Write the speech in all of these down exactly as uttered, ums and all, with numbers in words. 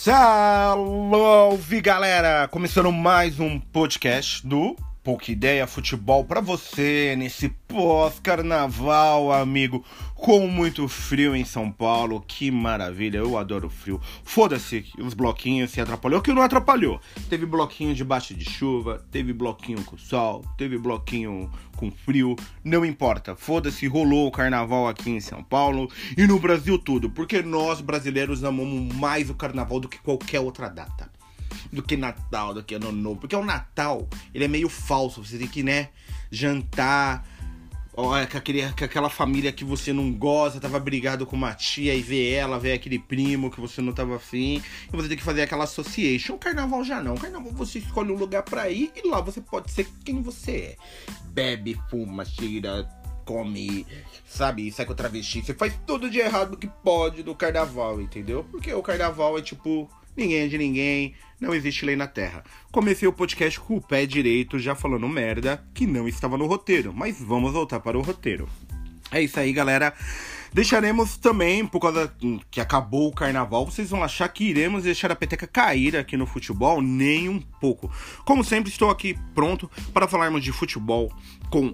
Salve, galera! Começando mais um podcast do Pouca Ideia Futebol pra você nesse pós-carnaval, amigo, com muito frio em São Paulo. Que maravilha, eu adoro frio. Foda-se, os bloquinhos se atrapalhou, que não atrapalhou. Teve bloquinho debaixo de chuva, teve bloquinho com sol, teve bloquinho com frio, não importa. Foda-se, rolou o carnaval aqui em São Paulo e no Brasil todo, porque nós brasileiros amamos mais o carnaval do que qualquer outra data. Do que Natal, do que Ano Novo. Porque o Natal, ele é meio falso. Você tem que, né, jantar ó, com, aquele, com aquela família que você não gosta, tava brigado com uma tia e vê ela, vê aquele primo que você não tava afim, e você tem que fazer aquela association. O Carnaval já não. O Carnaval você escolhe um lugar pra ir e lá você pode ser quem você é. Bebe, fuma, cheira, come, sabe, sai com travesti. Você faz tudo de errado que pode no Carnaval, entendeu? Porque o Carnaval é tipo... ninguém é de ninguém, não existe lei na terra. Comecei o podcast com o pé direito, já falando merda, que não estava no roteiro. Mas vamos voltar para o roteiro. É isso aí, galera. Deixaremos também, por causa que acabou o carnaval, vocês vão achar que iremos deixar a peteca cair aqui no futebol? Nem um pouco. Como sempre, estou aqui pronto para falarmos de futebol com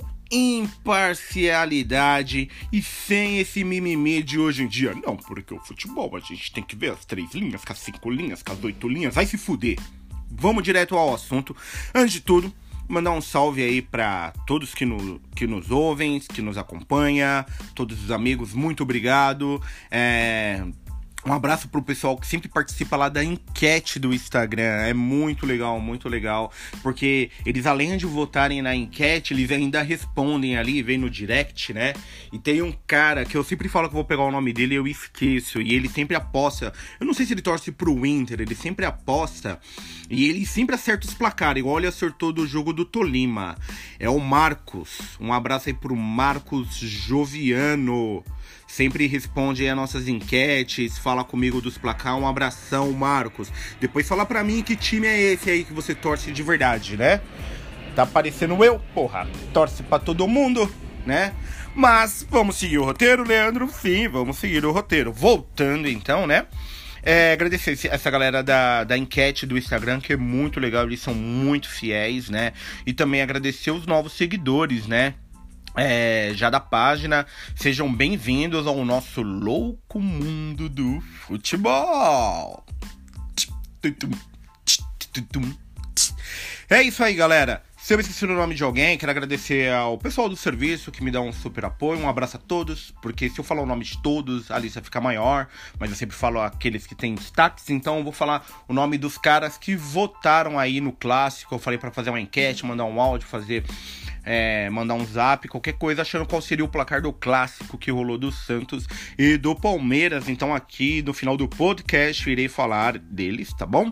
imparcialidade e sem esse mimimi de hoje em dia. Não, porque o futebol a gente tem que ver as três linhas, com as cinco linhas, com as oito linhas. Vai se fuder. Vamos direto ao assunto. Antes de tudo, mandar um salve aí pra todos que, no, que nos ouvem, que nos acompanham, todos os amigos, muito obrigado. É... Um abraço pro pessoal que sempre participa lá da enquete do Instagram. É muito legal, muito legal. Porque eles, além de votarem na enquete, eles ainda respondem ali, vem no direct, né? E tem um cara que eu sempre falo que eu vou pegar o nome dele e eu esqueço. E ele sempre aposta. Eu não sei se ele torce pro Inter, ele sempre aposta. E ele sempre acerta os placares, igual ele acertou do jogo do Tolima. É o Marcos. Um abraço aí pro Marcos Joviano. Sempre responde aí as nossas enquetes, fala comigo dos placar. Um abração, Marcos. Depois fala pra mim que time é esse aí que você torce de verdade, né? Tá parecendo eu, porra. Torce pra todo mundo, né? Mas vamos seguir o roteiro, Leandro? Sim, vamos seguir o roteiro. Voltando então, né? É, agradecer essa galera da, da enquete do Instagram, que é muito legal, eles são muito fiéis, né? E também agradecer os novos seguidores, né? É, já da página, sejam bem-vindos ao nosso louco mundo do futebol. É isso aí, galera. Se eu esqueci o nome de alguém, quero agradecer ao pessoal do serviço que me dá um super apoio. Um abraço a todos, porque se eu falar o nome de todos, a lista fica maior. Mas eu sempre falo aqueles que têm destaques, então eu vou falar o nome dos caras que votaram aí no clássico. Eu falei pra fazer uma enquete, mandar um áudio, fazer... É, mandar um zap, qualquer coisa, achando qual seria o placar do clássico que rolou do Santos e do Palmeiras. Então aqui no final do podcast irei falar deles, tá bom?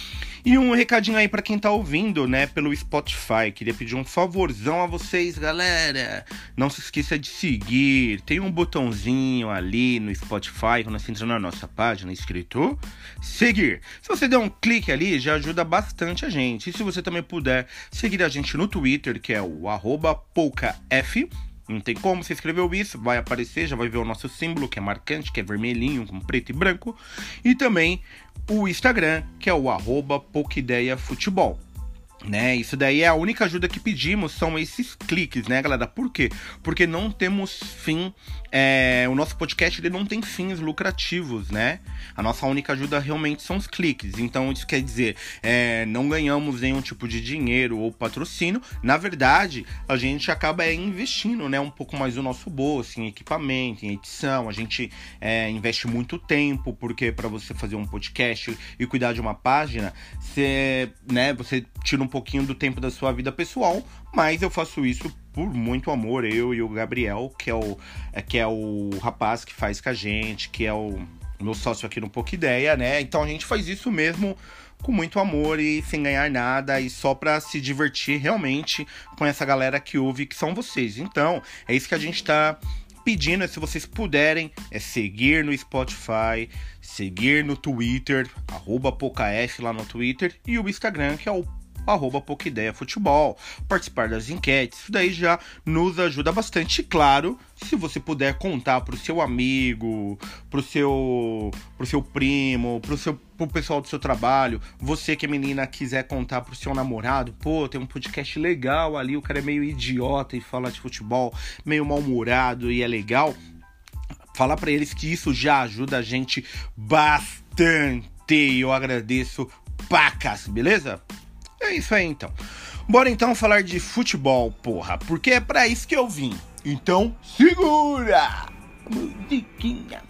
E um recadinho aí pra quem tá ouvindo, né, pelo Spotify. Queria pedir um favorzão a vocês, galera. Não se esqueça de seguir. Tem um botãozinho ali no Spotify, quando você entra na nossa página, escrito seguir. Se você der um clique ali, já ajuda bastante a gente. E se você também puder seguir a gente no Twitter, que é o arroba poucaf. Não tem como, você escreveu isso, vai aparecer, já vai ver o nosso símbolo, que é marcante, que é vermelhinho, com preto e branco. E também o Instagram, que é o arroba pouquideiafutebol. Né, isso daí é a única ajuda que pedimos, são esses cliques, né, galera? Por quê? Porque não temos fim, é, o nosso podcast ele não tem fins lucrativos, né? A nossa única ajuda realmente são os cliques. Então isso quer dizer, é, não ganhamos nenhum tipo de dinheiro ou patrocínio. Na verdade, a gente acaba é, investindo, né, um pouco mais do nosso bolso, em equipamento, em edição. A gente é, investe muito tempo, porque para você fazer um podcast e cuidar de uma página, você, né, você tira um pouquinho do tempo da sua vida pessoal, mas eu faço isso por muito amor, eu e o Gabriel, que é o, é, que é o rapaz que faz com a gente, que é o meu sócio aqui no Pouca Ideia, né? Então a gente faz isso mesmo com muito amor e sem ganhar nada, e só pra se divertir realmente com essa galera que ouve, que são vocês. Então, é isso que a gente tá pedindo, é se vocês puderem, é seguir no Spotify, seguir no Twitter, arroba poucaf lá no Twitter, e o Instagram, que é o arroba pouca ideia futebol, participar das enquetes, isso daí já nos ajuda bastante. Claro, se você puder contar pro seu amigo, pro seu, pro seu primo, pro seu pro pessoal do seu trabalho, você que é menina quiser contar pro seu namorado, pô, tem um podcast legal ali, o cara é meio idiota e fala de futebol, meio mal-humorado e é legal, falar pra eles que isso já ajuda a gente bastante. Eu agradeço pacas, beleza? É isso aí então. Bora então falar de futebol, porra, porque é pra isso que eu vim. Então, segura! Musiquinha.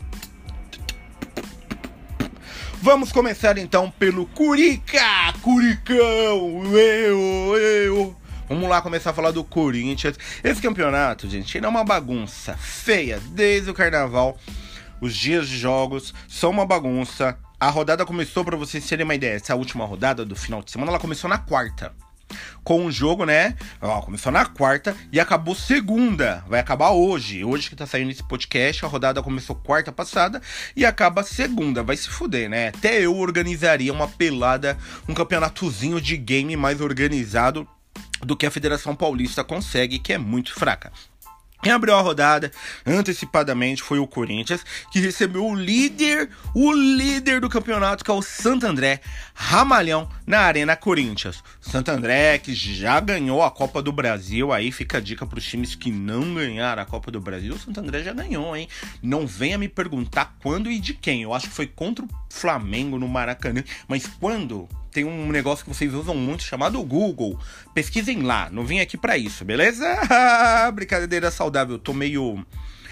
Vamos começar então pelo Curica, Curicão, eu, eu. Vamos lá começar a falar do Corinthians. Esse campeonato, gente, ele é uma bagunça feia desde o carnaval. Os dias de jogos são uma bagunça. A rodada começou, pra vocês terem uma ideia, essa última rodada do final de semana, ela começou na quarta. Com o jogo, né? Ó, começou na quarta e acabou segunda. Vai acabar hoje. Hoje que tá saindo esse podcast, a rodada começou quarta passada e acaba segunda. Vai se fuder, né? Até eu organizaria uma pelada, um campeonatozinho de game mais organizado do que a Federação Paulista consegue, que é muito fraca. Quem abriu a rodada antecipadamente foi o Corinthians, que recebeu o líder, o líder do campeonato, que é o Santo André, Ramalhão, na Arena Corinthians. Santo André, que já ganhou a Copa do Brasil, aí fica a dica para os times que não ganharam a Copa do Brasil. O Santo André já ganhou, hein? Não venha me perguntar quando e de quem. Eu acho que foi contra o Flamengo no Maracanã, mas quando... Tem um negócio que vocês usam muito chamado Google. Pesquisem lá, não vim aqui pra isso, beleza? Brincadeira saudável, tô meio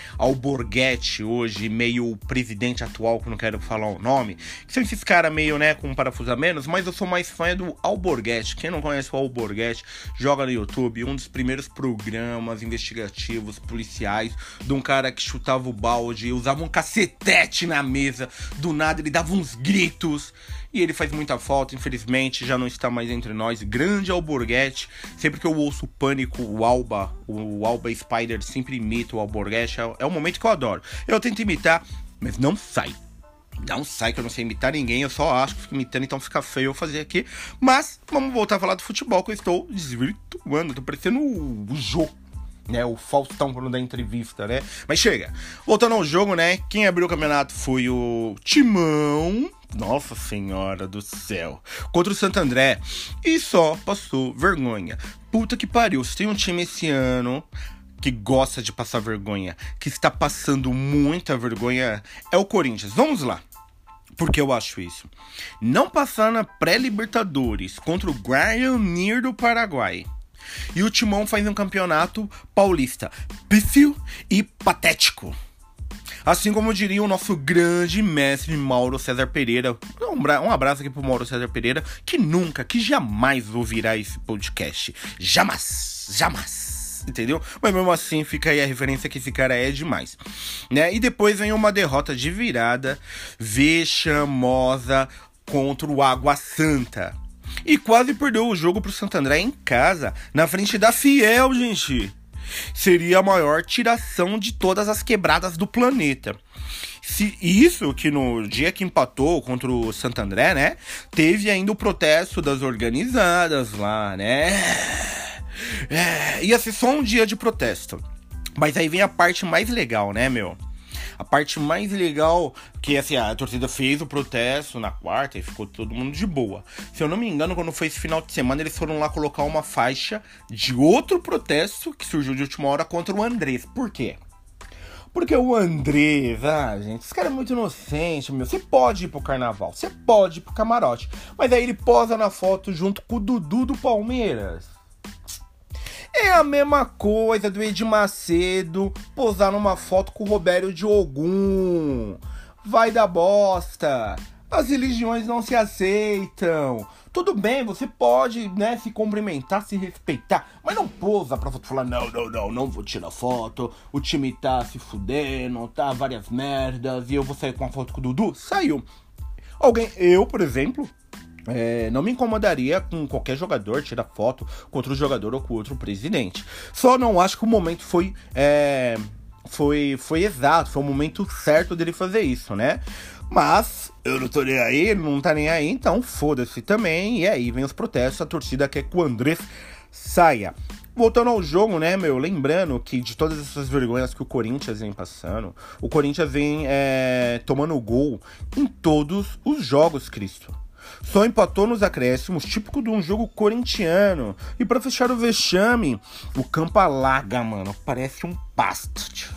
alborguete hoje, meio presidente atual, que eu não quero falar o nome. Que são esses caras meio, né, com um parafuso a menos, mas eu sou mais fã do alborguete. Quem não conhece o alborguete, joga no YouTube, um dos primeiros programas investigativos, policiais, de um cara que chutava o balde, usava um cacetete na mesa, do nada ele dava uns gritos. E ele faz muita falta, infelizmente, já não está mais entre nós. Grande Alborguete. Sempre que eu ouço o Pânico, o Alba, o Alba Spider sempre imita o Alborguete. É um momento que eu adoro. Eu tento imitar, mas não sai. Não sai, que eu não sei imitar ninguém. Eu só acho que fico imitando, então fica feio eu fazer aqui. Mas vamos voltar a falar do futebol, que eu estou desvirtuando. Tô parecendo o Jô, né, o Faustão quando dá entrevista, né? Mas chega. Voltando ao jogo, né? Quem abriu o campeonato foi o Timão. Nossa senhora do céu. Contra o Santo André. E só passou vergonha. Puta que pariu. Se tem um time esse ano que gosta de passar vergonha, que está passando muita vergonha, é o Corinthians. Vamos lá. Por que eu acho isso? Não passar na pré-Libertadores contra o Guarani do Paraguai. E o Timão faz um campeonato paulista pífio e patético. Assim como diria o nosso grande mestre Mauro César Pereira. Um, bra- um abraço aqui pro Mauro César Pereira, que nunca, que jamais ouvirá esse podcast. Jamais, jamais. Entendeu? Mas mesmo assim fica aí a referência que esse cara é demais, né? E depois vem uma derrota de virada vexamosa contra o Água Santa. E quase perdeu o jogo pro Santo André em casa, na frente da Fiel, gente. Seria a maior tiração de todas as quebradas do planeta. Se isso que no dia que empatou contra o Santo André, né, teve ainda o protesto das organizadas lá, né? É, ia ser só um dia de protesto. Mas aí vem a parte mais legal, né, meu? A parte mais legal, que assim, a torcida fez o protesto na quarta e ficou todo mundo de boa. Se eu não me engano, quando foi esse final de semana, eles foram lá colocar uma faixa de outro protesto que surgiu de última hora contra o Andrés. Por quê? Porque o Andrés, ah, gente, esse cara é muito inocente, meu. Você pode ir pro carnaval, você pode ir pro camarote, mas aí ele posa na foto junto com o Dudu do Palmeiras. É a mesma coisa do Edir Macedo posar numa foto com o Robério Diogum. Vai dar bosta. As religiões não se aceitam. Tudo bem, você pode, né, se cumprimentar, se respeitar, mas não posa pra foto falar, não, não, não, não vou tirar foto, o time tá se fudendo, tá várias merdas, e eu vou sair com uma foto com o Dudu. Saiu. Alguém, eu, por exemplo... É, não me incomodaria com qualquer jogador tirar foto com outro jogador ou com outro presidente. Só não acho que o momento foi, é, foi, foi exato, foi o momento certo dele fazer isso, né? Mas eu não tô nem aí, ele não tá nem aí, então foda-se também. E aí vem os protestos, a torcida quer que o Andrés saia. Voltando ao jogo, né, meu, lembrando que de todas essas vergonhas que o Corinthians vem passando, o Corinthians vem é, tomando gol em todos os jogos, Cristo. Só empatou nos acréscimos, típico de um jogo corintiano. E pra fechar o vexame, o campo alaga, mano, parece um pasto, tio.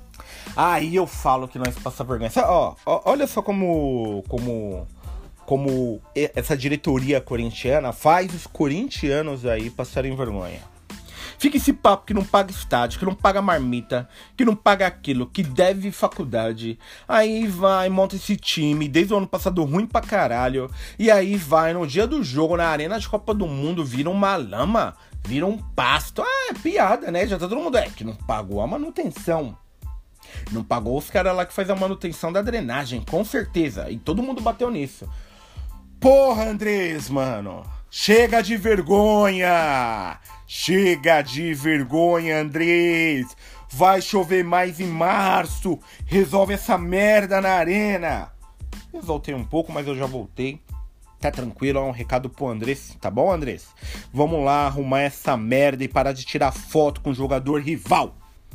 Aí eu falo que nós passa vergonha. Ó, ó, olha só como, como, como essa diretoria corintiana faz os corintianos aí passarem vergonha. Fica esse papo que não paga estádio, que não paga marmita, que não paga aquilo, que deve faculdade. Aí vai, monta esse time, desde o ano passado ruim pra caralho. E aí vai, no dia do jogo, na arena de Copa do Mundo, vira uma lama, vira um pasto. Ah, é piada, né? Já tá todo mundo, é que não pagou a manutenção. Não pagou os caras lá que faz a manutenção da drenagem, com certeza. E todo mundo bateu nisso. Porra, Andrés, mano. Chega de vergonha. Chega de vergonha, Andrés. Vai chover mais em março. Resolve essa merda na arena. Eu voltei um pouco, mas eu já voltei. Tá tranquilo, é um recado pro Andrés. Tá bom, Andrés? Vamos lá arrumar essa merda e parar de tirar foto com o jogador rival.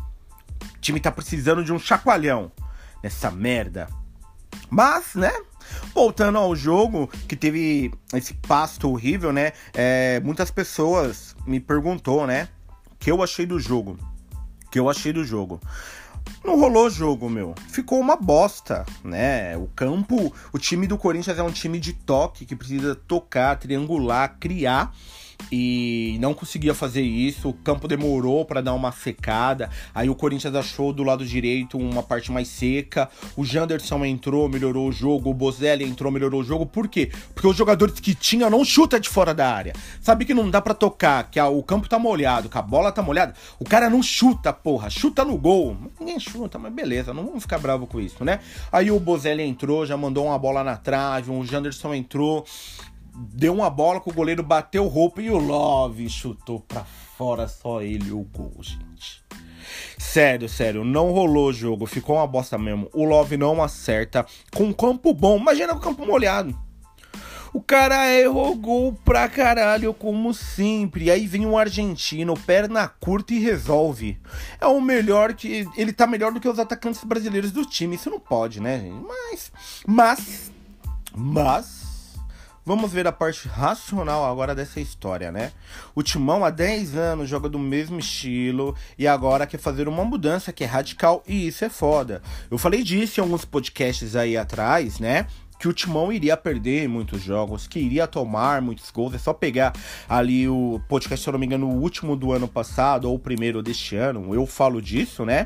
O time tá precisando de um chacoalhão nessa merda. Mas, né? Voltando ao jogo, que teve esse pasto horrível, né? É, muitas pessoas me perguntou, né? O que eu achei do jogo. O que eu achei do jogo. Não rolou jogo, meu. Ficou uma bosta, né? O campo, o time do Corinthians é um time de toque que precisa tocar, triangular, criar. E não conseguia fazer isso, o campo demorou pra dar uma secada. Aí o Corinthians achou do lado direito uma parte mais seca. O Janderson entrou, melhorou o jogo. O Bozelli entrou, melhorou o jogo. Por quê? Porque os jogadores que tinham não chuta de fora da área. Sabe que não dá pra tocar, que a, o campo tá molhado, que a bola tá molhada. O cara não chuta, porra, chuta no gol. Ninguém chuta, mas beleza, não vamos ficar bravo com isso, né? Aí o Bozelli entrou, já mandou uma bola na trave. O Janderson entrou, deu uma bola que o goleiro bateu roupa e o Love chutou pra fora, só ele o gol, gente. Sério, sério, não rolou o jogo, ficou uma bosta mesmo. O Love não acerta com um campo bom, imagina com o campo molhado. O cara errou gol pra caralho, como sempre. Aí vem um argentino, perna curta e resolve. É o melhor que... Ele tá melhor do que os atacantes brasileiros do time, isso não pode, né, gente? Mas... Mas... Mas... Vamos ver a parte racional agora dessa história, né? O Timão há dez anos joga do mesmo estilo e agora quer fazer uma mudança que é radical e isso é foda. Eu falei disso em alguns podcasts aí atrás, né? Que o Timão iria perder muitos jogos, que iria tomar muitos gols. É só pegar ali o podcast, se eu não me engano, o último do ano passado ou o primeiro deste ano. Eu falo disso, né?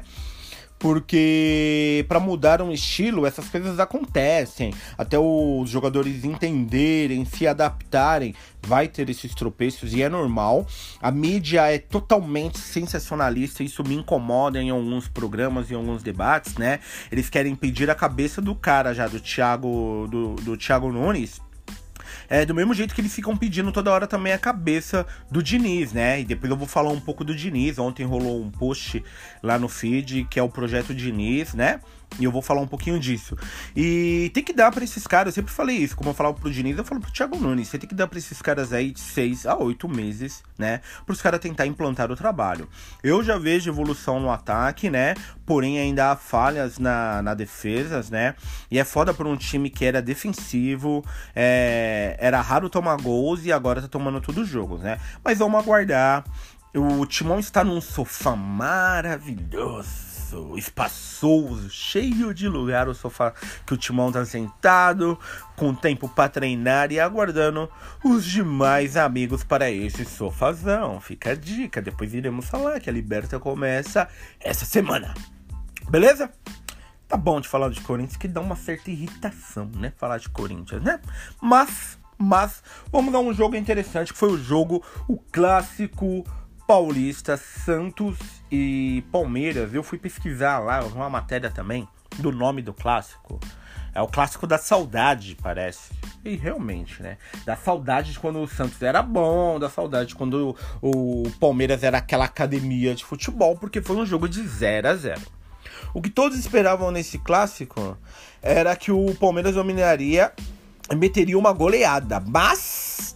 Porque para mudar um estilo, essas coisas acontecem. Até os jogadores entenderem, se adaptarem, vai ter esses tropeços e é normal. A mídia é totalmente sensacionalista, isso me incomoda em alguns programas, em alguns debates, né? Eles querem pedir a cabeça do cara já, do Thiago, do, do Thiago Nunes. É, do mesmo jeito que eles ficam pedindo toda hora também a cabeça do Diniz, né? E depois eu vou falar um pouco do Diniz. Ontem rolou um post lá no feed, que é o Projeto Diniz, né? E eu vou falar um pouquinho disso. E tem que dar pra esses caras, eu sempre falei isso, como eu falava pro Diniz, eu falo pro Thiago Nunes, você tem que dar pra esses caras aí de seis a oito meses, né? Pros caras tentar implantar o trabalho. Eu já vejo evolução no ataque, né? Porém ainda há falhas na, na defesa, né? E é foda por um time que era defensivo, é, era raro tomar gols e agora tá tomando todos os jogos, né? Mas vamos aguardar. O Timão está num sofá maravilhoso, espaçoso, cheio de lugar, o sofá que o Timão tá sentado, com tempo para treinar e aguardando os demais amigos para esse sofazão. Fica a dica, depois iremos falar que a Liberta começa essa semana, beleza? Tá bom de falar de Corinthians, que dá uma certa irritação, né, falar de Corinthians, né? Mas, mas, vamos dar um jogo interessante, que foi o jogo, o clássico paulista, Santos e Palmeiras. Eu fui pesquisar lá uma matéria também do nome do clássico. É o clássico da saudade, parece. E realmente, né? Da saudade de quando o Santos era bom, da saudade de quando o, o Palmeiras era aquela academia de futebol, porque foi um jogo de zero a zero. O que todos esperavam nesse clássico era que o Palmeiras dominaria e meteria uma goleada. Mas,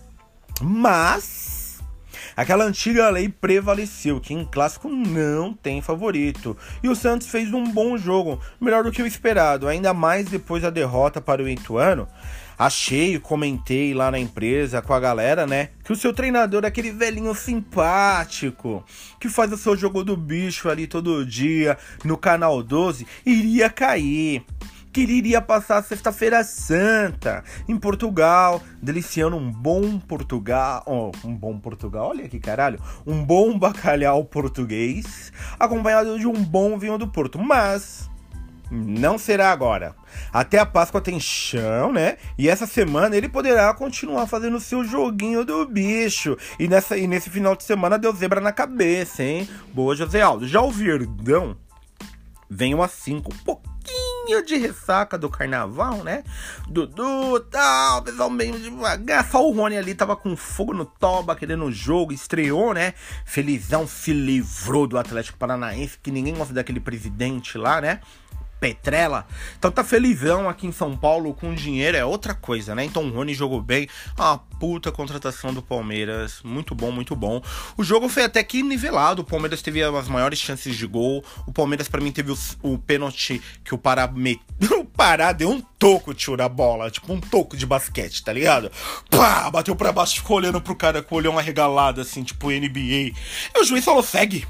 mas, aquela antiga lei prevaleceu, que em clássico não tem favorito. E o Santos fez um bom jogo, melhor do que o esperado, ainda mais depois da derrota para o Ituano. Achei, comentei lá na empresa com a galera, né, que o seu treinador é aquele velhinho simpático, que faz o seu jogo do bicho ali todo dia no Canal doze, iria cair. Que ele iria passar a Sexta-feira Santa em Portugal, deliciando um bom Portugal, oh, um bom Portugal, olha que caralho, um bom bacalhau português, acompanhado de um bom vinho do Porto, mas não será agora. Até a Páscoa tem chão, né? E essa semana ele poderá continuar fazendo o seu joguinho do bicho. E, nessa, e nesse final de semana deu zebra na cabeça, hein? Boa, José Aldo. Já o Verdão venham assim com um pouquinho de ressaca do carnaval, né? Dudu, tal, pessoal meio devagar. Só o Rony ali tava com fogo no toba, querendo o jogo, estreou, né? Felizão se livrou do Atlético Paranaense, que ninguém gosta daquele presidente lá, né? Petrella. Então tá felizão aqui em São Paulo com dinheiro, é outra coisa, né? Então o Rony jogou bem. Ah, puta contratação do Palmeiras. Muito bom, muito bom. O jogo foi até que nivelado. O Palmeiras teve as maiores chances de gol. O Palmeiras, pra mim, teve o, o pênalti que o Pará... Me... o Pará deu um toco, tio, na bola. Tipo um toco de basquete, tá ligado? Pá! Bateu pra baixo e ficou olhando pro cara com o olhão arregalado, assim, tipo N B A. E o juiz falou, segue.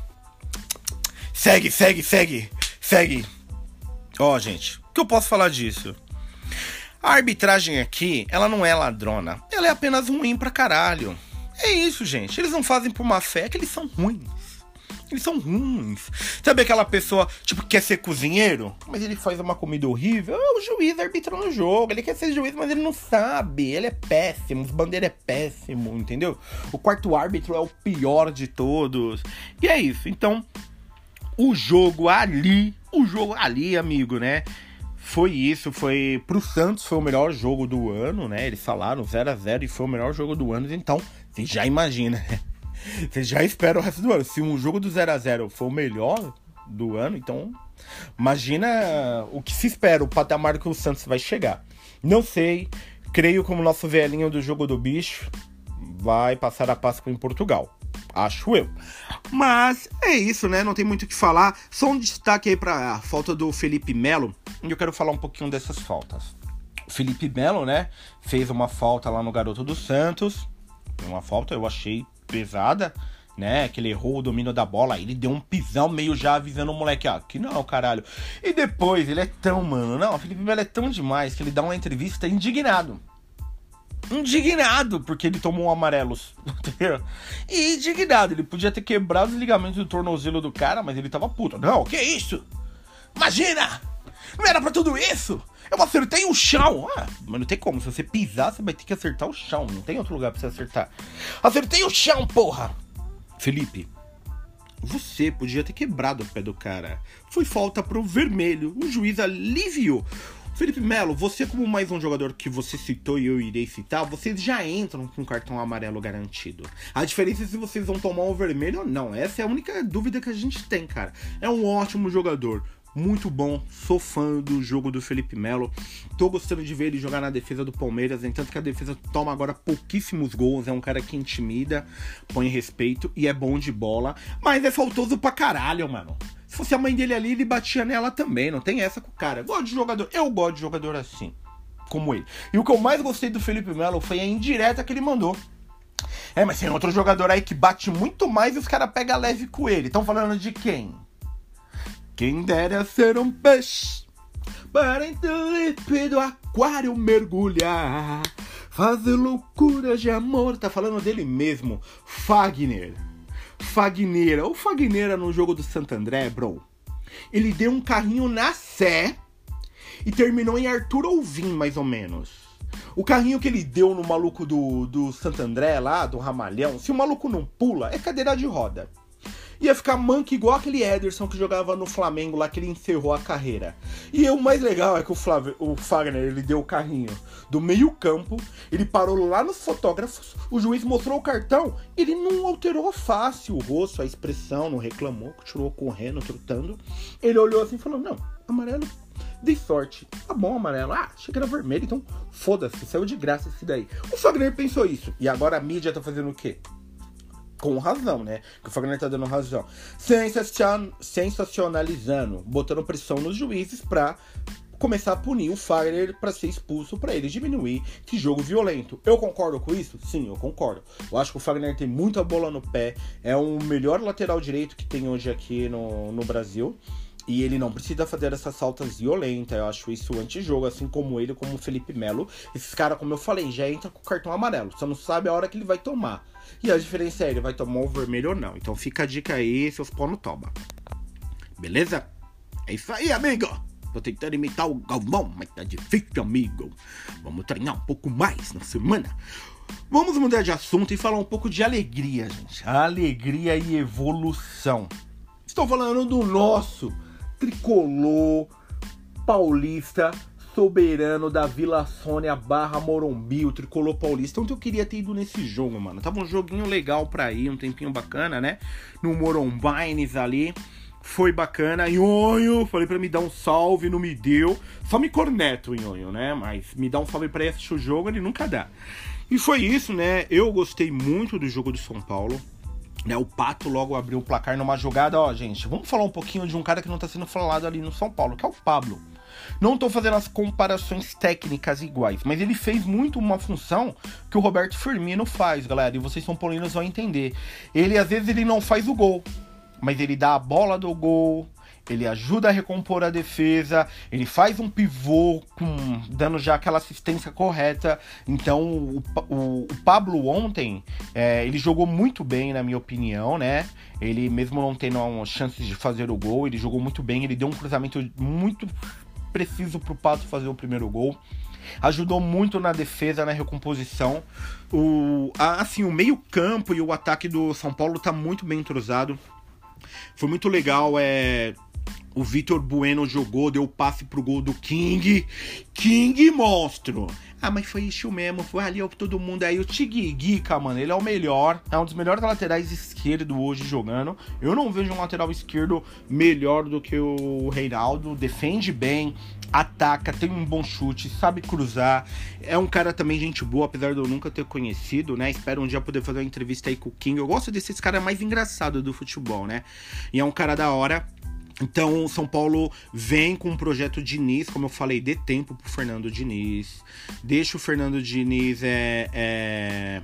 Segue, segue, segue. Segue. Ó, oh, gente, o que eu posso falar disso? A arbitragem aqui, ela não é ladrona. Ela é apenas ruim pra caralho. É isso, gente. Eles não fazem por má fé, é que eles são ruins. Eles são ruins. Sabe aquela pessoa, tipo, que quer ser cozinheiro? Mas ele faz uma comida horrível. É o juiz arbitrando o jogo. Ele quer ser juiz, mas ele não sabe. Ele é péssimo. Os bandeiras é péssimo, entendeu? O quarto árbitro é o pior de todos. E é isso. Então, o jogo ali... O jogo ali, amigo, né? Foi isso, foi... Pro Santos foi o melhor jogo do ano, né? Eles falaram zero a zero e foi o melhor jogo do ano. Então, você já imagina, né? Você já espera o resto do ano. Se um jogo do zero a zero for o melhor do ano, então... Imagina o que se espera, o patamar que o Santos vai chegar. Não sei, creio como nosso velhinho do jogo do bicho vai passar a Páscoa em Portugal. Acho eu. Mas é isso, né? Não tem muito o que falar. Só um destaque aí pra falta do Felipe Melo. E eu quero falar um pouquinho dessas faltas. O Felipe Melo, né? Fez uma falta lá no Garoto do Santos. Uma falta, eu achei pesada, né? Que ele errou o domínio da bola. Ele deu um pisão meio já avisando o moleque. Ah, que não, caralho. E depois, ele é tão, mano. Não, o Felipe Melo é tão demais que ele dá uma entrevista indignado. Indignado, porque ele tomou um amarelo, entendeu? E indignado, ele podia ter quebrado os ligamentos do tornozelo do cara, mas ele tava puto. Não, que isso? Imagina! Não era pra tudo isso? Eu acertei o chão. Ah, mas não tem como, se você pisar, você vai ter que acertar o chão. Não tem outro lugar pra você acertar. Acertei o chão, porra! Felipe, você podia ter quebrado o pé do cara. Foi falta pro vermelho, o juiz aliviou. Felipe Melo, você como mais um jogador que você citou e eu irei citar, vocês já entram com cartão amarelo garantido. A diferença é se vocês vão tomar o vermelho ou não. Essa é a única dúvida que a gente tem, cara. É um ótimo jogador, muito bom, sou fã do jogo do Felipe Melo. Tô gostando de ver ele jogar na defesa do Palmeiras, entanto que a defesa toma agora pouquíssimos gols. É um cara que intimida, põe respeito e é bom de bola, mas é faltoso pra caralho, mano. Se fosse a mãe dele ali, ele batia nela também. Não tem essa com o cara. Eu gosto de jogador. Eu gosto de jogador assim, como ele. E o que eu mais gostei do Felipe Melo foi a indireta que ele mandou. É, mas tem outro jogador aí que bate muito mais e os caras pegam leve com ele. Estão falando de quem? Quem dera ser um peixe para então líquido aquário mergulhar, fazer loucuras de amor. Tá falando dele mesmo, Fagner. Fagneira, o Fagneira no jogo do Santo André, bro. Ele deu um carrinho na Sé e terminou em Arthur Alvim, mais ou menos. O carrinho que ele deu no maluco do, do Santo André lá, do Ramalhão, se o maluco não pula, é cadeira de roda. ia ficar manco igual aquele Ederson que jogava no Flamengo lá, que ele encerrou a carreira. E o mais legal é que o, Flávio, o Fagner, ele deu o carrinho do meio campo, ele parou lá nos fotógrafos, o juiz mostrou o cartão, ele não alterou a face, o rosto, a expressão, não reclamou, continuou correndo, trotando. Ele olhou assim e falou, não, amarelo, dei sorte, tá bom amarelo, ah, achei que era vermelho, então foda-se, saiu de graça esse daí. O Fagner pensou isso, e agora a mídia tá fazendo o quê? Com razão, né? Que o Fagner tá dando razão. Sensacion... Sensacionalizando, botando pressão nos juízes pra começar a punir o Fagner pra ser expulso, pra ele diminuir esse jogo violento. Eu concordo com isso? Sim, eu concordo. Eu acho que o Fagner tem muita bola no pé, é o melhor lateral direito que tem hoje aqui no, no Brasil. E ele não precisa fazer essas faltas violentas. Eu acho isso antijogo, assim como ele, como o Felipe Melo. Esses caras, como eu falei, já entra com o cartão amarelo. Você não sabe a hora que ele vai tomar. E a diferença é, ele vai tomar o vermelho ou não. Então fica a dica aí, seus pau no toba. Beleza? É isso aí, amigo. Tô tentando imitar o Galvão, mas tá difícil, amigo. Vamos treinar um pouco mais na semana. Vamos mudar de assunto e falar um pouco de alegria, gente. Alegria e evolução. Estou falando do nosso tricolor paulista soberano da Vila Sônia barra Morumbi, o tricolor paulista. Ontem eu queria ter ido nesse jogo, mano. Tava um joguinho legal pra ir, um tempinho bacana, né? No Morumbines ali. Foi bacana. Nhonho, falei pra me dar um salve, não me deu. Só me corneto, Nhonho, né? Mas me dá um salve pra ir assistir o jogo, ele nunca dá. E foi isso, né? Eu gostei muito do jogo do São Paulo. Né, o Pato logo abriu o placar numa jogada, ó, gente, vamos falar um pouquinho de um cara que não tá sendo falado ali no São Paulo, que é o Pablo. Não tô fazendo as comparações técnicas iguais, mas ele fez muito uma função que o Roberto Firmino faz, galera, e vocês são paulinos vão entender. Ele, às vezes, ele não faz o gol, mas ele dá a bola do gol, ele ajuda a recompor a defesa, ele faz um pivô com, dando já aquela assistência correta. Então o, o, o Pablo ontem, é, ele jogou muito bem, na minha opinião, né? Ele mesmo não tendo chances de fazer o gol, ele jogou muito bem, ele deu um cruzamento muito preciso pro Pato fazer o primeiro gol. Ajudou muito na defesa, na recomposição. O, assim, o meio campo e o ataque do São Paulo tá muito bem entrosado. Foi muito legal, é... O Vitor Bueno jogou, deu passe pro gol do King. King monstro! Ah, mas foi isso mesmo, foi ali todo mundo aí. O Tigiguica, mano, ele é o melhor. É um dos melhores laterais esquerdo hoje jogando. Eu não vejo um lateral esquerdo melhor do que o Reinaldo. Defende bem, ataca, tem um bom chute, sabe cruzar. É um cara também gente boa, apesar de eu nunca ter conhecido, né? Espero um dia poder fazer uma entrevista aí com o King. Eu gosto desses caras mais engraçados do futebol, né? E é um cara da hora. Então o São Paulo vem com um projeto Diniz, como eu falei, dê tempo pro Fernando Diniz, deixa o Fernando Diniz é, é,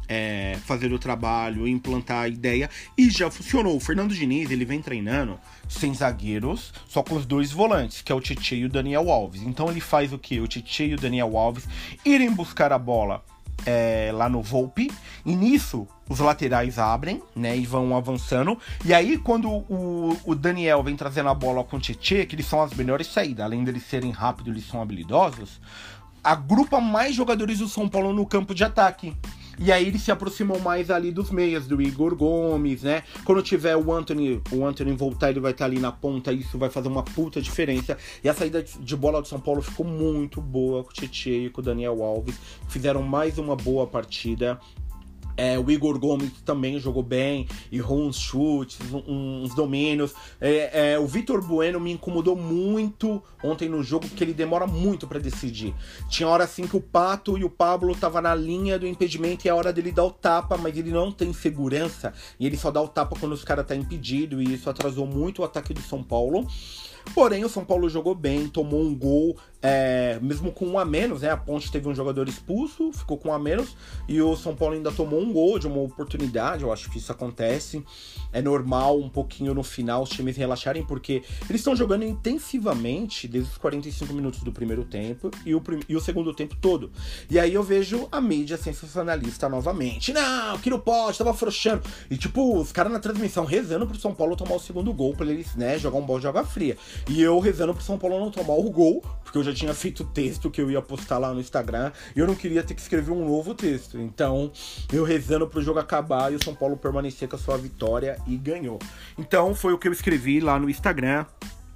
é, fazer o trabalho, implantar a ideia, e já funcionou. O Fernando Diniz, ele vem treinando sem zagueiros, só com os dois volantes, que é o Tietê e o Daniel Alves. Então ele faz o quê? O Tietê e o Daniel Alves irem buscar a bola É, lá no Volpe, e nisso os laterais abrem, né, e vão avançando, e aí quando o, o Daniel vem trazendo a bola com o Tietê, que eles são as melhores saídas, além deles serem rápidos, eles são habilidosos, agrupa mais jogadores do São Paulo no campo de ataque. E aí eles se aproximam mais ali dos meias, do Igor Gomes, né? Quando tiver o Antony, o Antony voltar, ele vai estar ali na ponta, isso vai fazer uma puta diferença. E a saída de bola do São Paulo ficou muito boa com o Tietê e com o Daniel Alves. Fizeram mais uma boa partida. É, o Igor Gomes também jogou bem, errou uns chutes, uns domínios. É, é, o Vitor Bueno me incomodou muito ontem no jogo, porque ele demora muito pra decidir. Tinha hora assim que o Pato e o Pablo tava na linha do impedimento e é hora dele dar o tapa, mas ele não tem segurança e ele só dá o tapa quando os caras tá impedido, e isso atrasou muito o ataque do São Paulo. Porém, o São Paulo jogou bem, tomou um gol, é, mesmo com um a menos, né? A Ponte teve um jogador expulso, ficou com um a menos, e o São Paulo ainda tomou um gol de uma oportunidade. Eu acho que isso acontece. É normal um pouquinho no final os times relaxarem, porque eles estão jogando intensivamente desde os quarenta e cinco minutos do primeiro tempo e o, e o segundo tempo todo. E aí eu vejo a mídia sensacionalista novamente. Não, que não pode, tava afrouxando. E tipo, os caras na transmissão rezando pro São Paulo tomar o segundo gol, pra eles, né, jogar um bola de água fria. E eu rezando pro São Paulo não tomar o gol, porque eu já tinha feito o texto que eu ia postar lá no Instagram, e eu não queria ter que escrever um novo texto. Então, eu rezando pro jogo acabar e o São Paulo permanecer com a sua vitória, e ganhou. Então, foi o que eu escrevi lá no Instagram.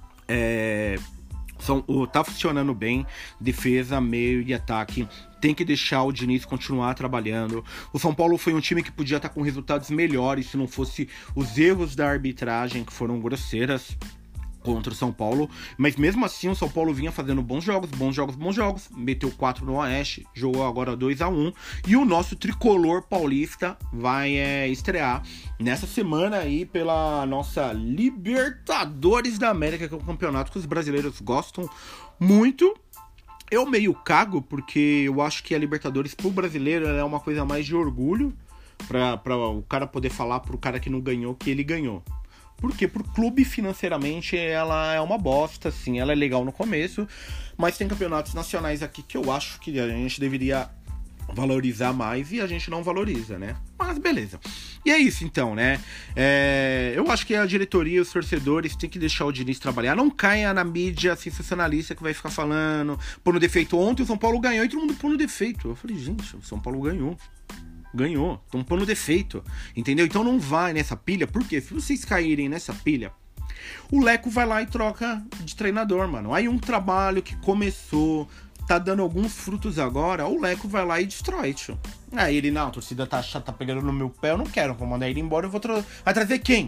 É... São, tá funcionando bem, defesa, meio e ataque. Tem que deixar o Diniz continuar trabalhando. O São Paulo foi um time que podia estar com resultados melhores se não fosse os erros da arbitragem, que foram grosseiras contra o São Paulo, mas mesmo assim o São Paulo vinha fazendo bons jogos, bons jogos, bons jogos, meteu quatro no Oeste, jogou agora dois a um, e o nosso tricolor paulista vai é, estrear nessa semana aí pela nossa Libertadores da América, que é um campeonato que os brasileiros gostam muito. Eu meio cago, porque eu acho que a Libertadores pro brasileiro é uma coisa mais de orgulho, pra, pra o cara poder falar pro cara que não ganhou que ele ganhou. Porque pro clube, financeiramente, ela é uma bosta, assim, ela é legal no começo, mas tem campeonatos nacionais aqui que eu acho que a gente deveria valorizar mais e a gente não valoriza, né? Mas beleza. E é isso, então, né? É, eu acho que a diretoria e os torcedores têm que deixar o Diniz trabalhar. Não caia na mídia sensacionalista que vai ficar falando, pôr no defeito. Ontem o São Paulo ganhou e todo mundo pôr no defeito. Eu falei, gente, o São Paulo ganhou. Ganhou, estão pondo defeito, entendeu? Então não vai nessa pilha, porque se vocês caírem nessa pilha, o Leco vai lá e troca de treinador, mano. Aí um trabalho que começou, tá dando alguns frutos agora, o Leco vai lá e destrói, tio. Aí ele, não, a torcida tá chata, tá pegando no meu pé, eu não quero, vou mandar ele embora, eu vou tra... Vai trazer quem?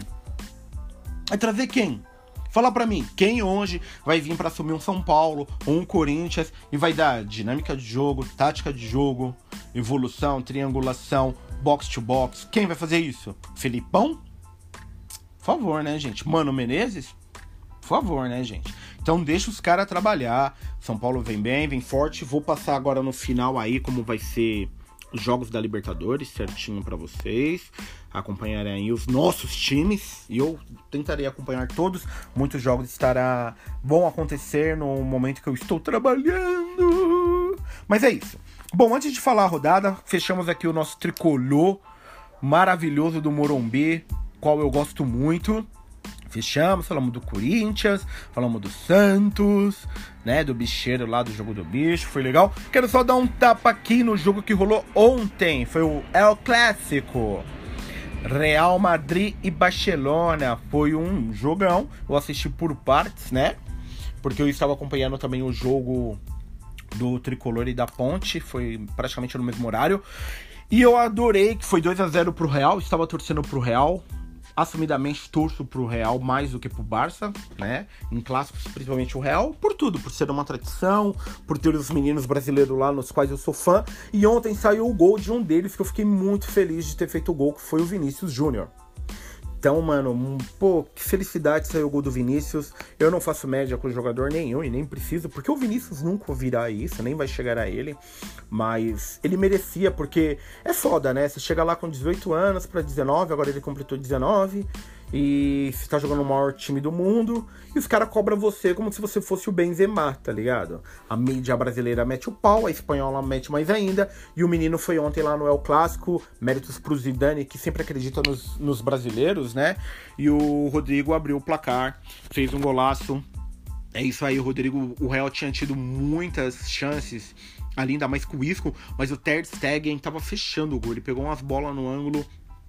Vai trazer quem? Fala pra mim, quem hoje vai vir pra assumir um São Paulo ou um Corinthians e vai dar dinâmica de jogo, tática de jogo, evolução, triangulação, box to box? Quem vai fazer isso? Felipão? Por favor, né, gente? Mano Menezes? Por favor, né, gente? Então deixa os caras trabalhar. São Paulo vem bem, vem forte. Vou passar agora no final aí como vai ser os jogos da Libertadores, certinho pra vocês acompanharem aí os nossos times, e eu tentarei acompanhar todos. Muitos jogos estará, vão acontecer no momento que eu estou trabalhando, mas é isso. Bom, antes de falar a rodada, fechamos aqui o nosso tricolor maravilhoso do Morumbi, qual eu gosto muito. Fechamos, falamos do Corinthians, falamos do Santos, né, do bicheiro lá do jogo do bicho, foi legal. Quero só dar um tapa aqui no jogo que rolou ontem, foi o El Clássico, Real Madrid e Barcelona. Foi um jogão, eu assisti por partes, né, porque eu estava acompanhando também o jogo do Tricolor e da Ponte, foi praticamente no mesmo horário, e eu adorei que foi dois a zero pro Real, estava torcendo pro Real. Assumidamente torço pro Real mais do que pro Barça, né? Em clássicos, principalmente o Real, por tudo, por ser uma tradição, por ter os meninos brasileiros lá nos quais eu sou fã. E ontem saiu o gol de um deles que eu fiquei muito feliz de ter feito o gol, que foi o Vinícius Júnior. Então, mano, pô, que felicidade saiu o gol do Vinícius. Eu não faço média com o jogador nenhum e nem preciso, porque o Vinícius nunca virá isso, nem vai chegar a ele. Mas ele merecia, porque é foda, né? Você chega lá com dezoito anos pra dezenove, agora ele completou dezenove, e você tá jogando o maior time do mundo, e os caras cobram você como se você fosse o Benzema, tá ligado? A mídia brasileira mete o pau, a espanhola mete mais ainda, e o menino foi ontem lá no El Clássico, méritos pro Zidane, que sempre acredita nos, nos brasileiros, né? E o Rodrigo abriu o placar, fez um golaço. É isso aí, o Rodrigo, o Real tinha tido muitas chances ali, ainda mais com o Isco, mas o Ter Stegen tava fechando o gol, ele pegou umas bolas no ângulo.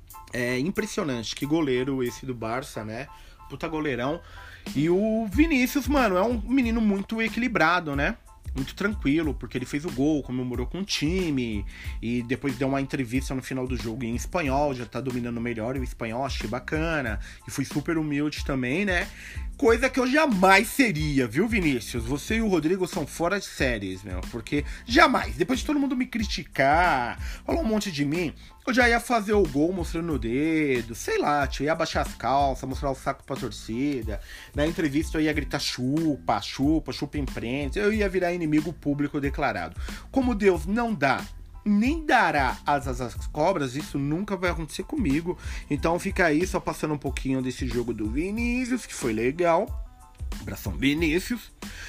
É impressionante, que goleiro esse do Barça, né? Puta goleirão. E o Vinícius, mano, é um menino muito equilibrado, né? Muito tranquilo, porque ele fez o gol, comemorou com o time, e depois deu uma entrevista no final do jogo em espanhol, já tá dominando melhor o espanhol, achei bacana, e foi super humilde também, né? Coisa que eu jamais seria, viu, Vinícius? Você e o Rodrigo são fora de séries, meu, porque jamais, depois de todo mundo me criticar, falar um monte de mim, eu já ia fazer o gol mostrando o dedo, sei lá, tio, ia abaixar as calças, mostrar o saco pra torcida, na entrevista eu ia gritar chupa, chupa, chupa imprensa, eu ia virar inimigo público declarado. Como Deus não dá, nem dará asas às cobras, isso nunca vai acontecer comigo. Então fica aí só passando um pouquinho desse jogo do Vinícius, que foi legal, abração Vinícius,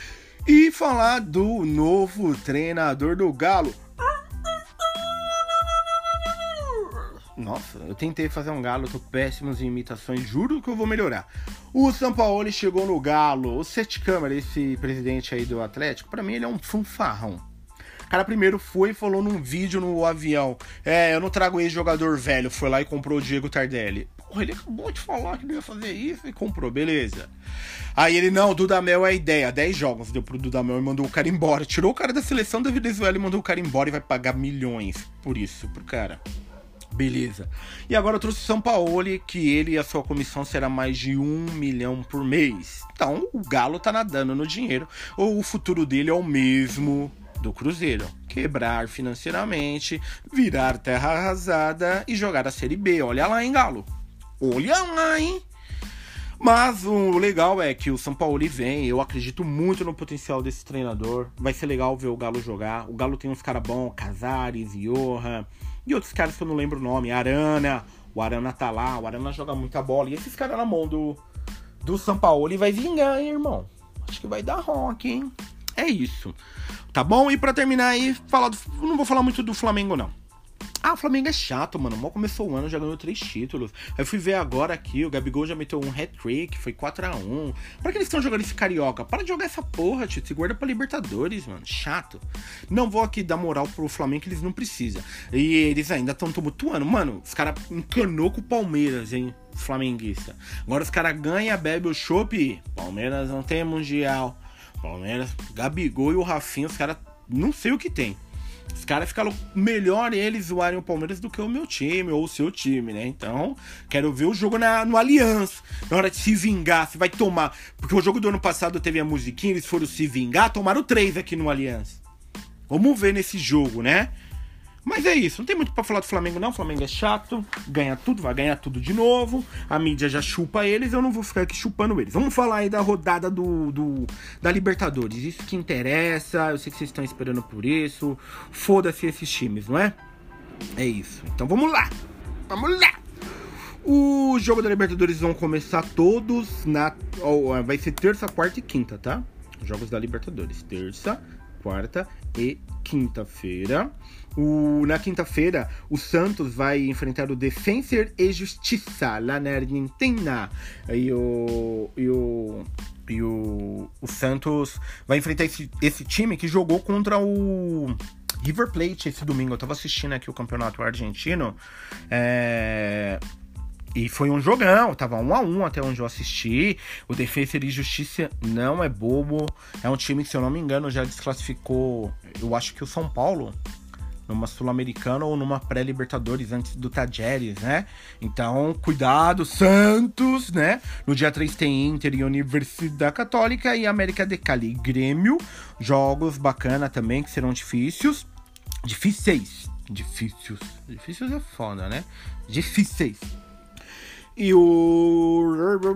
e falar do novo treinador do Galo. Nossa, eu tentei fazer um Galo, eu tô péssimo em imitações, juro que eu vou melhorar. O Sampaoli chegou no Galo, o Sete Câmara, esse presidente aí do Atlético, pra mim ele é um fanfarrão. O cara primeiro foi e falou num vídeo no avião, é, eu não trago ex-jogador velho, foi lá e comprou o Diego Tardelli. Porra, ele acabou de falar que não ia fazer isso e comprou, beleza. Aí ele, não, o Dudamel é a ideia, dez jogos deu pro Dudamel e mandou o cara embora. Tirou o cara da seleção da Venezuela e mandou o cara embora e vai pagar milhões por isso, pro cara. Beleza. E agora eu trouxe o Sampaoli, que ele e a sua comissão será mais de um milhão por mês. Então o Galo tá nadando no dinheiro, ou o futuro dele é o mesmo do Cruzeiro, quebrar financeiramente, virar terra arrasada e jogar a Série B. Olha lá, hein, Galo? Olha lá, hein? Mas o legal é que o Sampaoli vem, eu acredito muito no potencial desse treinador. Vai ser legal ver o Galo jogar. O Galo tem uns caras bons, Casares, Johan, e outros caras que eu não lembro o nome, Arana. O Arana tá lá, o Arana joga muita bola. E esses caras na mão do, do Sampaoli vai vingar, hein, irmão? Acho que vai dar rock, hein? É isso. Tá bom? E pra terminar aí, falar do, não vou falar muito do Flamengo, não. Ah, o Flamengo é chato, mano. Mal começou o ano, já ganhou três títulos. Aí eu fui ver agora aqui, o Gabigol já meteu um hat-trick, foi quatro a um. Pra que eles estão jogando esse carioca? Para de jogar essa porra, tio. Se guarda pra Libertadores, mano. Chato. Não vou aqui dar moral pro Flamengo, que eles não precisam. E eles ainda estão tumultuando. Mano, os caras encanou com o Palmeiras, hein? Flamenguista. Agora os caras ganham, bebe o chopp. Palmeiras não tem mundial. Palmeiras, Gabigol e o Rafinha, os caras não sei o que tem. Os caras ficaram melhor eles zoarem o Palmeiras do que o meu time ou o seu time, né? Então, quero ver o jogo na, no Allianz. Na hora de se vingar, você vai tomar. Porque o jogo do ano passado teve a musiquinha, eles foram se vingar, tomaram três aqui no Allianz. Vamos ver nesse jogo, né? Mas é isso, não tem muito pra falar do Flamengo não. O Flamengo é chato, ganha tudo, vai ganhar tudo de novo. A mídia já chupa eles, eu não vou ficar aqui chupando eles. Vamos falar aí da rodada do, do da Libertadores. Isso que interessa, eu sei que vocês estão esperando por isso. Foda-se esses times, não é? É isso, então vamos lá. Vamos lá. O jogo da Libertadores vão começar todos na... Oh, vai ser terça, quarta e quinta, tá? Os jogos da Libertadores, terça, quarta e quinta-feira. O, na quinta-feira, o Santos vai enfrentar o Defensor e Justiça lá na Argentina. E o, e o, e o, o Santos vai enfrentar esse, esse time que jogou contra o River Plate esse domingo. Eu tava assistindo aqui o campeonato argentino. É... E foi um jogão, tava um a um até onde eu assisti. O Defensor e Justiça não é bobo. É um time que, se eu não me engano, já desclassificou, eu acho que o São Paulo, numa Sul-Americana ou numa pré-Libertadores antes do Tajeres, né? Então, cuidado, Santos, né? No dia três tem Inter e Universidade Católica e América de Cali. Grêmio, jogos bacana também, que serão difíceis. Difíceis. Difíceis. Difíceis é foda, né? Difíceis. E o...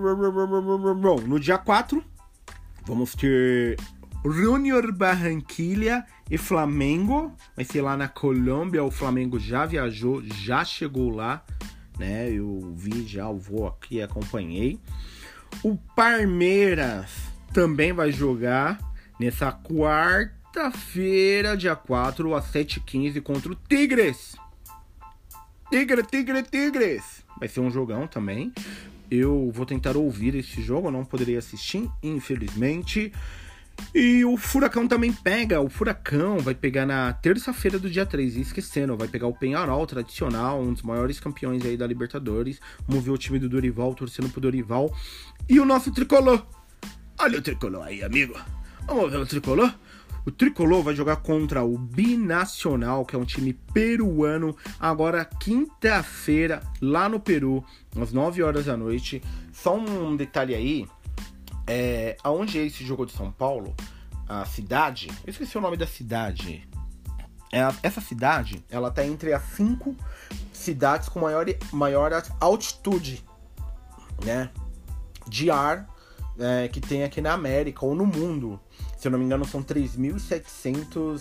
No dia quatro, vamos ter Junior Barranquilla e Flamengo. Vai ser lá na Colômbia. O Flamengo já viajou, já chegou lá, né? Eu vi já, eu vou aqui, acompanhei. O Palmeiras também vai jogar nessa quarta-feira, dia quatro, às sete e quinze, contra o Tigres. Tigre, Tigre, Tigres. Vai ser um jogão também. Eu vou tentar ouvir esse jogo, eu não poderei assistir, infelizmente. E o Furacão também pega. O Furacão vai pegar na terça-feira do dia três. E esquecendo, vai pegar o Peñarol, tradicional, um dos maiores campeões aí da Libertadores. Vamos ver o time do Dorival, torcendo pro Dorival. E o nosso Tricolor. Olha o Tricolor aí, amigo. Vamos ver o Tricolor? O Tricolor vai jogar contra o Binacional, que é um time peruano, agora quinta-feira, lá no Peru, às nove horas da noite. Só um detalhe aí, é, aonde é esse jogo de São Paulo, a cidade, eu esqueci o nome da cidade. É, essa cidade, ela tá entre as cinco cidades com maior, maior altitude, né, de ar, é, que tem aqui na América ou no mundo. Se eu não me engano, são três mil e setecentos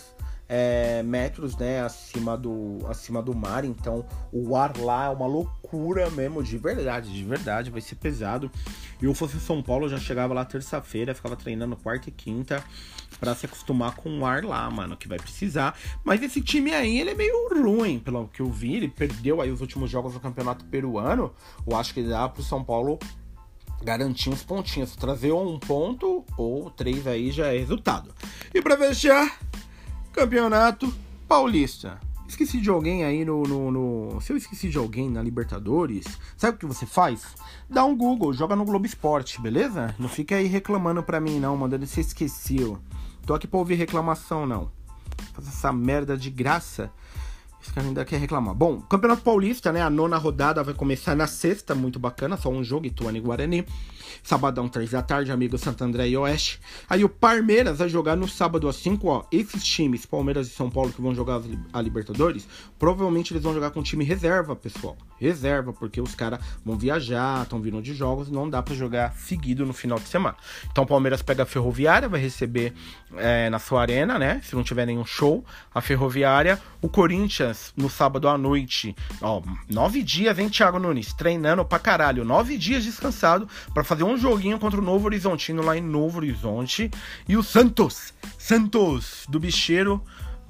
é, metros, né, acima do, acima do mar, então o ar lá é uma loucura mesmo, de verdade, de verdade, vai ser pesado. E eu fosse em São Paulo, eu já chegava lá terça-feira, ficava treinando quarta e quinta pra se acostumar com o ar lá, mano, que vai precisar. Mas esse time aí, ele é meio ruim, pelo que eu vi, ele perdeu aí os últimos jogos do campeonato peruano. Eu acho que dá pro São Paulo garantir uns pontinhos, trazer um ponto ou três aí já é resultado. E pra fechar, Campeonato Paulista. Esqueci de alguém aí no, no, no... Se eu esqueci de alguém na Libertadores, sabe o que você faz? Dá um Google, joga no Globo Esporte, beleza? Não fica aí reclamando pra mim não, mandando você esqueceu. Tô aqui pra ouvir reclamação não. Faz essa merda de graça. Esse cara ainda quer reclamar. Bom, Campeonato Paulista, né? A nona rodada vai começar na sexta, muito bacana, só um jogo, Ituano e Guarani. Sabadão, três da tarde, amigo Santo André e Oeste. Aí o Palmeiras vai jogar no sábado às cinco, ó. Esses times, Palmeiras e São Paulo, que vão jogar a Libertadores, provavelmente eles vão jogar com time reserva, pessoal. Reserva, porque os caras vão viajar, estão vindo de jogos, não dá pra jogar seguido no final de semana. Então o Palmeiras pega a Ferroviária, vai receber é, na sua arena, né? Se não tiver nenhum show, a Ferroviária. O Corinthians, no sábado à noite, ó, nove dias, hein, Thiago Nunes? Treinando pra caralho, nove dias descansado pra fazer um joguinho contra o Novo Horizontino lá em Novo Horizonte. E o Santos, Santos do Bicheiro,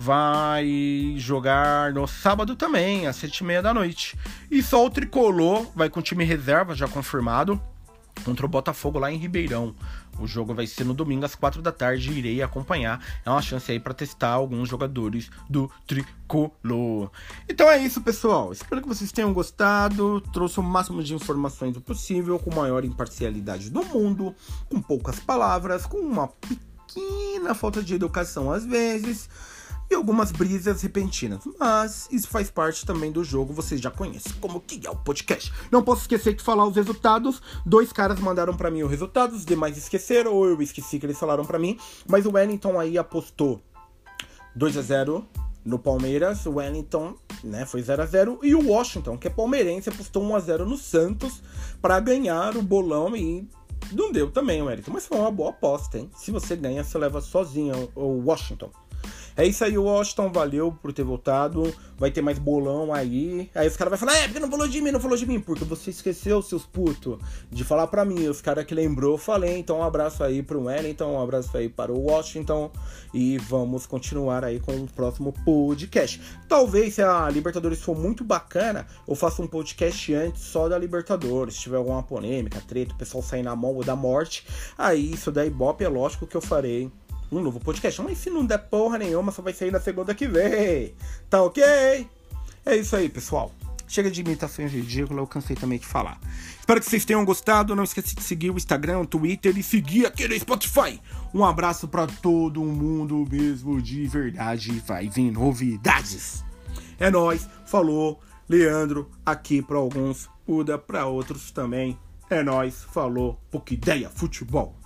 vai jogar no sábado também, às sete e meia da noite. E só o Tricolor vai com o time reserva já confirmado contra o Botafogo lá em Ribeirão. O jogo vai ser no domingo às quatro da tarde, irei acompanhar. É uma chance aí para testar alguns jogadores do Tricolor. Então é isso, pessoal. Espero que vocês tenham gostado. Trouxe o máximo de informações possível, com a maior imparcialidade do mundo, com poucas palavras, com uma pequena falta de educação às vezes, e algumas brisas repentinas, mas isso faz parte também do jogo, vocês já conhecem como que é o podcast. Não posso esquecer de falar os resultados. Dois caras mandaram pra mim os resultados, os demais esqueceram, ou eu esqueci que eles falaram pra mim, mas o Wellington aí apostou dois a zero no Palmeiras, o Wellington, né, foi zero a zero, e o Washington, que é palmeirense, apostou um a zero no Santos pra ganhar o bolão, e não deu também, Wellington, mas foi uma boa aposta, hein? Se você ganha, você leva sozinho o Washington. É isso aí, Washington, valeu por ter voltado. Vai ter mais bolão aí. Aí os caras vão falar, é, porque não falou de mim, não falou de mim. Porque você esqueceu, seus putos, de falar pra mim. Os caras que lembrou, eu falei. Então um abraço aí pro Wellington, um abraço aí para o Washington. E vamos continuar aí com o próximo podcast. Talvez, se a Libertadores for muito bacana, eu faça um podcast antes só da Libertadores. Se tiver alguma polêmica, treta, o pessoal sair na mão ou da morte, aí isso da Ibope é lógico que eu farei um novo podcast, mas se não der porra nenhuma, só vai sair na segunda que vem, tá ok? É isso aí, pessoal. Chega de imitações ridículas, eu cansei também de falar. Espero que vocês tenham gostado, não esqueça de seguir o Instagram, o Twitter e seguir aqui no Spotify. Um abraço pra todo mundo mesmo, de verdade, vai vir novidades. É nóis, falou, Leandro, aqui pra alguns, Uda pra outros também. É nóis, falou, pouca ideia, futebol.